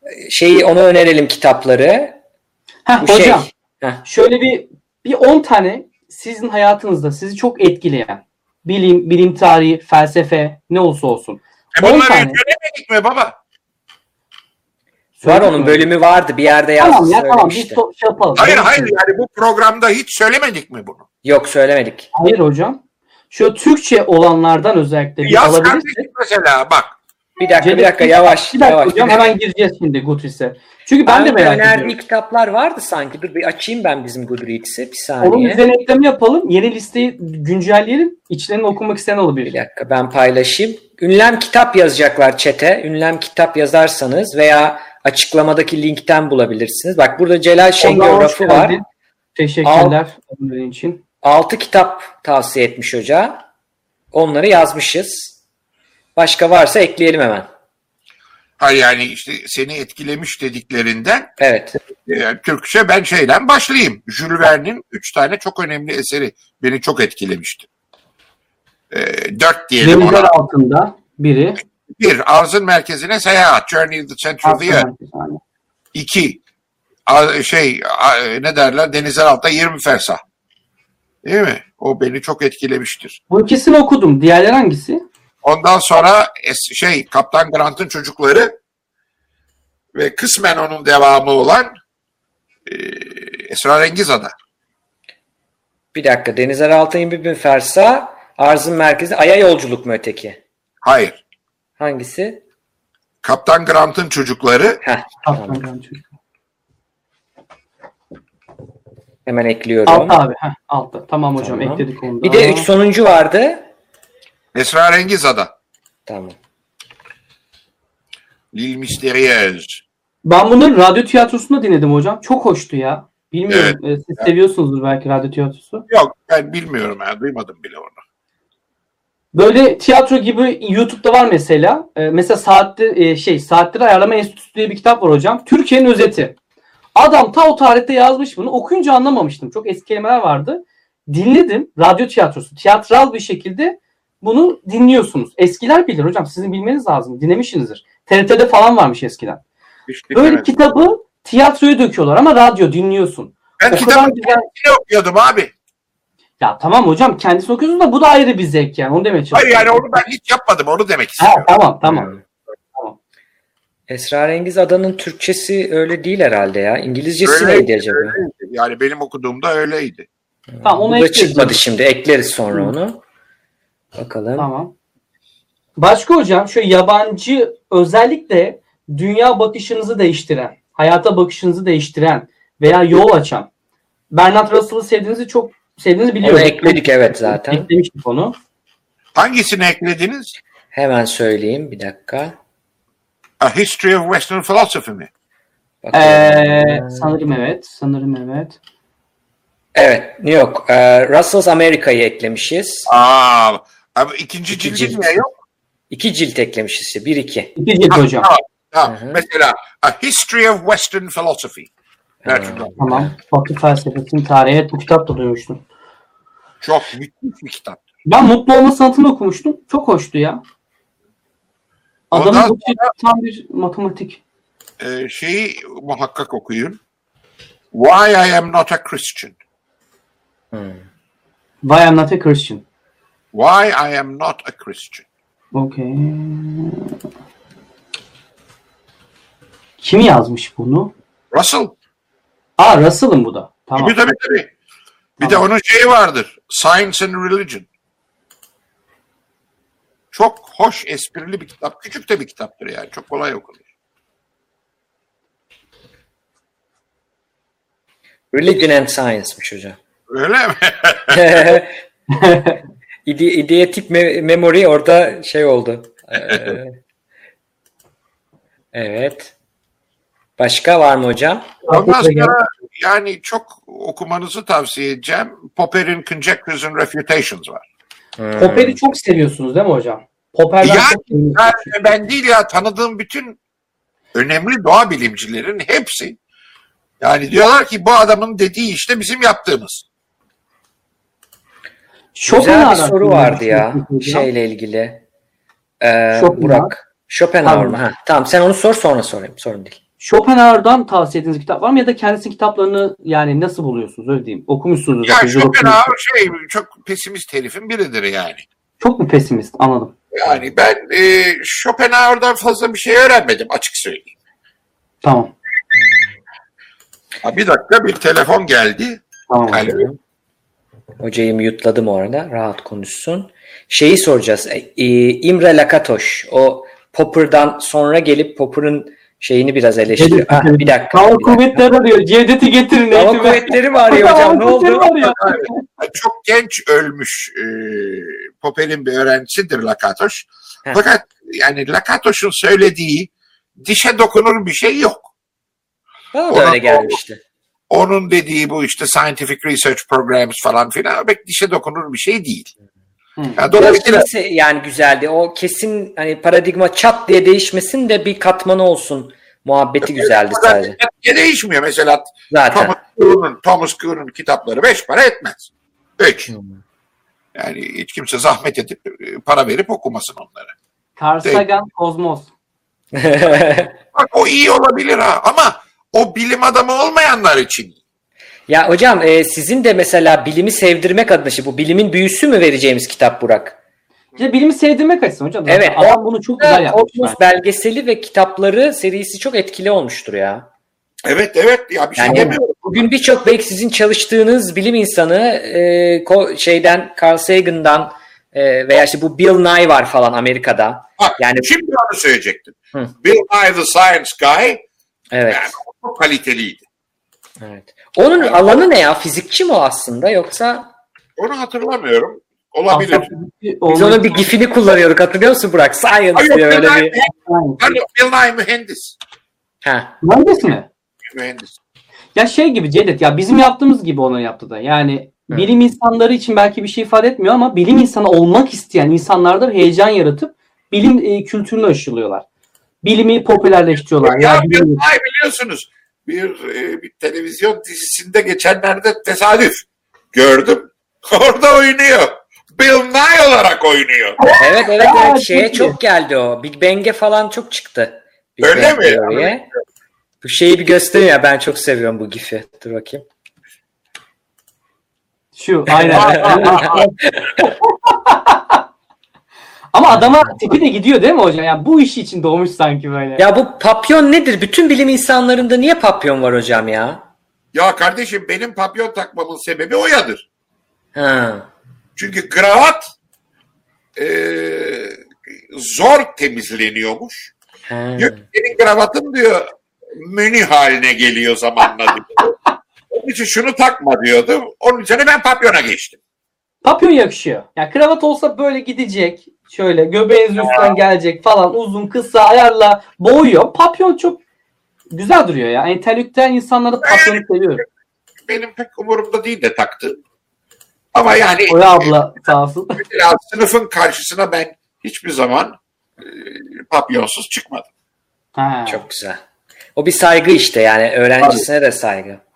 onu önerelim, kitapları. Bu hocam Heh. şöyle bir 10 tane sizin hayatınızda sizi çok etkileyen bilim tarihi, felsefe ne olsa olsun. Bunları söylemedik mi baba? Var, onun bölümü vardı. Bir yerde yazdı, tamam biz söylemişti. yapalım. Hayır yani bu programda hiç söylemedik mi bunu? Yok, söylemedik. Hayır hocam. Şu Türkçe olanlardan özellikle bir Yaz alabilirsek. kardeşim mesela bak. Bir dakika yavaş. Bir dakika hocam, hemen gireceğiz şimdi Goodreads'e. Çünkü ben de merak ediyorum. Önerdiği kitaplar vardı sanki. Dur bir açayım ben bizim Goodreads'i. Bir saniye. Onun üzerine ekleme yapalım. Yeni listeyi güncelleyelim. İçlerini okumak isteyen olabilir. Bir dakika ben paylaşayım. Ünlem kitap yazacaklar chat'e. Ünlem kitap yazarsanız veya açıklamadaki linkten bulabilirsiniz. Bak burada Celal Şengör rafı var. Teşekkürler onun için. 6 kitap tavsiye etmiş hoca. Onları yazmışız. Başka varsa ekleyelim hemen. Hayır yani işte seni etkilemiş dediklerinden. Evet. Türkçe ben şeyden başlayayım. Jules Verne'in 3 tane çok önemli eseri beni çok etkilemişti. 4 diyelim Denizler ona. altında biri. 1. Arzın merkezine seyahat. Journey to the Center of the Earth. 2. Ne derler? Denizler altta 20 fersah. Değil mi? O beni çok etkilemiştir. Bu ikisini okudum. Diğerleri hangisi? Ondan sonra Kaptan Grant'ın çocukları ve kısmen onun devamı olan Esrarengiz Ada. Bir dakika. Denizler altı 21 fersah. Arzın merkezi. Ay'a yolculuk mu öteki? Hayır. Hangisi? Kaptan Grant'ın çocukları. Tamam. Hemen ekliyorum. Altta abi. Altta. Tamam hocam, tamam. Ekledik onu da. Bir de 3 sonuncu vardı. Esrarengiz Ada. Tamam. L'Île Mystérieuse. Ben bunları radyo tiyatrosunda dinledim hocam. Çok hoştu ya. Bilmiyorum. Evet. Siz seviyorsunuzdur belki radyo tiyatrosu. Yok, ben bilmiyorum ya. Duymadım bile onu. Böyle tiyatro gibi YouTube'da var mesela. Mesela Saatleri Ayarlama Enstitüsü diye bir kitap var hocam. Türkiye'nin özeti. Adam ta o tarihte yazmış bunu. Okuyunca anlamamıştım. Çok eski kelimeler vardı. Dinledim. Radyo tiyatrosu. Tiyatral bir şekilde bunu dinliyorsunuz. Eskiler bilir hocam. Sizin bilmeniz lazım. Dinlemişsinizdir. TRT'de falan varmış eskiden. Böyle kitabı tiyatroya döküyorlar ama radyo dinliyorsun. Ben kitabı okuyordum abi. Ya tamam hocam, kendisini okuyorsun da bu da ayrı bir zevk yani. Onu demeye çalışıyorum. Hayır yani onu ben hiç yapmadım. Onu demek istiyorum. Tamam. Esrarengiz Ada'nın Türkçesi öyle değil herhalde ya. İngilizcesi öyleydi, neydi acaba? Öyleydi. Yani benim okuduğumda öyleydi. Tamam, onu bu da çıkmadı şimdi. Ekleriz sonra onu. Bakalım. Tamam. Başka hocam şu yabancı, özellikle dünya bakışınızı değiştiren, hayata bakışınızı değiştiren veya yol açan. Bertrand Russell'ı sevdiğinizi biliyorum. Onu ekledik evet zaten. Eklemiştik onu. Hangisini eklediniz? Hemen söyleyeyim bir dakika. A History of Western Philosophy mi? Sanırım evet. Evet, yok. Russell's Amerika'yı eklemişiz. Ama ikinci cildi niye yok? 2 cilt eklemişiz işte. 1-2. 2 cilt hocam. Mesela A History of Western Philosophy. Tamam. Batı felsefesinin tarihi. Evet, bu kitap da duymuştum. Çok müthiş bir kitap. Ben Mutlu Olma Sanatı'nı okumuştum. Çok hoştu ya. Adamın tam bir matematik. Muhakkak okuyun. Why I Am Not a Christian. Why I'm Not a Christian. Why I Am Not a Christian. Okay. Kim yazmış bunu? Russell. Russell'ın bu da. Tamam. Tabii. Bir de onun vardır. Science and Religion. Çok hoş, esprili bir kitap. Küçük de bir kitaptır yani. Çok kolay okunur. Religion and Science'mış hocam. Öyle mi? İdeatik memory orada oldu. Evet. Başka var mı hocam? Ondan sonra yani çok okumanızı tavsiye edeceğim. Popper'in Conjectures and Refutations var. Popper'i çok seviyorsunuz değil mi hocam? Ben değil ya, tanıdığım bütün önemli doğa bilimcilerin hepsi yani diyorlar ki bu adamın dediği işte bizim yaptığımız. Güzel bir soru vardı ya şeyle ilgili. Burak. Schopenhauer mı? Tamam sen onu sor, sonra sorayım. Sorun değil. Schopenhauer'dan tavsiye ettiğiniz kitap var mı? Ya da kendisinin kitaplarını yani nasıl buluyorsunuz? Öyle diyeyim. Okumuşsunuz. Ya zaten. Schopenhauer çok pesimist herifin biridir yani. Çok mu pesimist? Anladım. Yani ben Schopenhauer'dan fazla bir şey öğrenmedim açık söyleyeyim. Tamam. Bir dakika bir telefon geldi. Tamam. Alo. Hocayı mute'ladım orada. Rahat konuşsun. Şeyi soracağız. İmre Lakatoş. O Popper'dan sonra gelip Popper'ın şeyini biraz eleştiriyor. Bir dakika. Hava kuvvetleri arıyor. Cevdet'i getirin. Hava kuvvetleri mi arıyor hocam? Ne oldu? Çok genç ölmüş Popper'in bir öğrencisidir Lakatoş. Heh. Fakat yani Lakatoş'un söylediği dişe dokunur bir şey yok. Bana da öyle gelmişti. Onun dediği bu işte scientific research programs falan filan pek dişe dokunur bir şey değil. Yani dolayısıyla Yani güzeldi. O kesin hani paradigma çat diye değişmesin de bir katmanı olsun. Muhabbeti güzeldi sadece. Değişmiyor. Mesela Zaten. Thomas Kuhn'un kitapları 5 para etmez. 3. Yani hiç kimse zahmet edip para verip okumasın onları. Carl Sagan, Kozmos. Bak o iyi olabilir ha ama o bilim adamı olmayanlar için. Ya hocam sizin de mesela bilimi sevdirmek adına bu bilimin büyüsü mü vereceğimiz kitap Burak? İşte bilimi sevdirmek açısından hocam. Evet. Adam bunu çok güzel yapmış. Kozmos belgeseli ve kitapları serisi çok etkili olmuştur ya. Evet ya bir şey Yani demiyorum. bugün birçok belki sizin çalıştığınız bilim insanı Carl Sagan'dan veya işte bu Bill Nye var falan Amerika'da. Bak, Yani şimdi onu söyleyecektim. Bill Nye the Science Guy evet. yani çok kaliteliydi. Evet. Onun alanı ne ya? Fizikçi mi o aslında yoksa? Onu hatırlamıyorum. Olabilir. Biz onun bir gifini kullanıyorduk. Hatırlıyor musun Burak? Science Hayır, diye öyle bir. Bill Nye mühendis. Ha. Mühendis mi? Mühendis. Ya şey gibi Cevdet ya bizim yaptığımız gibi onun yaptı da. Yani bilim insanları için belki bir şey ifade etmiyor ama bilim insanı olmak isteyen insanlarda heyecan yaratıp bilim kültürünü aşılıyorlar. Bilimi popülerleştiriyorlar. Ya Bill Nye biliyorsunuz bir televizyon dizisinde geçenlerde tesadüf gördüm. Orada oynuyor. Bill Nye olarak oynuyor. Evet. Şeye çok geldi o. Big Bang'e falan çok çıktı. Öyle mi? Bu şeyi bir göstereyim ya. Ben çok seviyorum bu gifi. Dur bakayım. Şu aynen. Ama adama tipi de gidiyor değil mi hocam? Yani bu iş için doğmuş sanki böyle. Ya bu papyon nedir? Bütün bilim insanlarında niye papyon var hocam ya? Ya kardeşim benim papyon takmamın sebebi o yadır. Ha. Çünkü kravat zor temizleniyormuş. Senin kravatın diyor menü haline geliyor zamanla diyor. Onun için şunu takma diyordu. Onun için ben papyona geçtim. Papyon yakışıyor. Yani kravat olsa böyle gidecek. Şöyle göbeğiniz üstten gelecek falan uzun kısa ayarla boğuyor. Papyon çok güzel duruyor ya. Entelektüel insanları papyonu seviyorum. Benim pek umurumda değil de taktım. Ama yani Oya abla sağ olsun. Mesela sınıfın karşısına ben hiçbir zaman papyonsuz çıkmadım. Ha. Çok güzel. O bir saygı işte yani öğrencisine de saygı.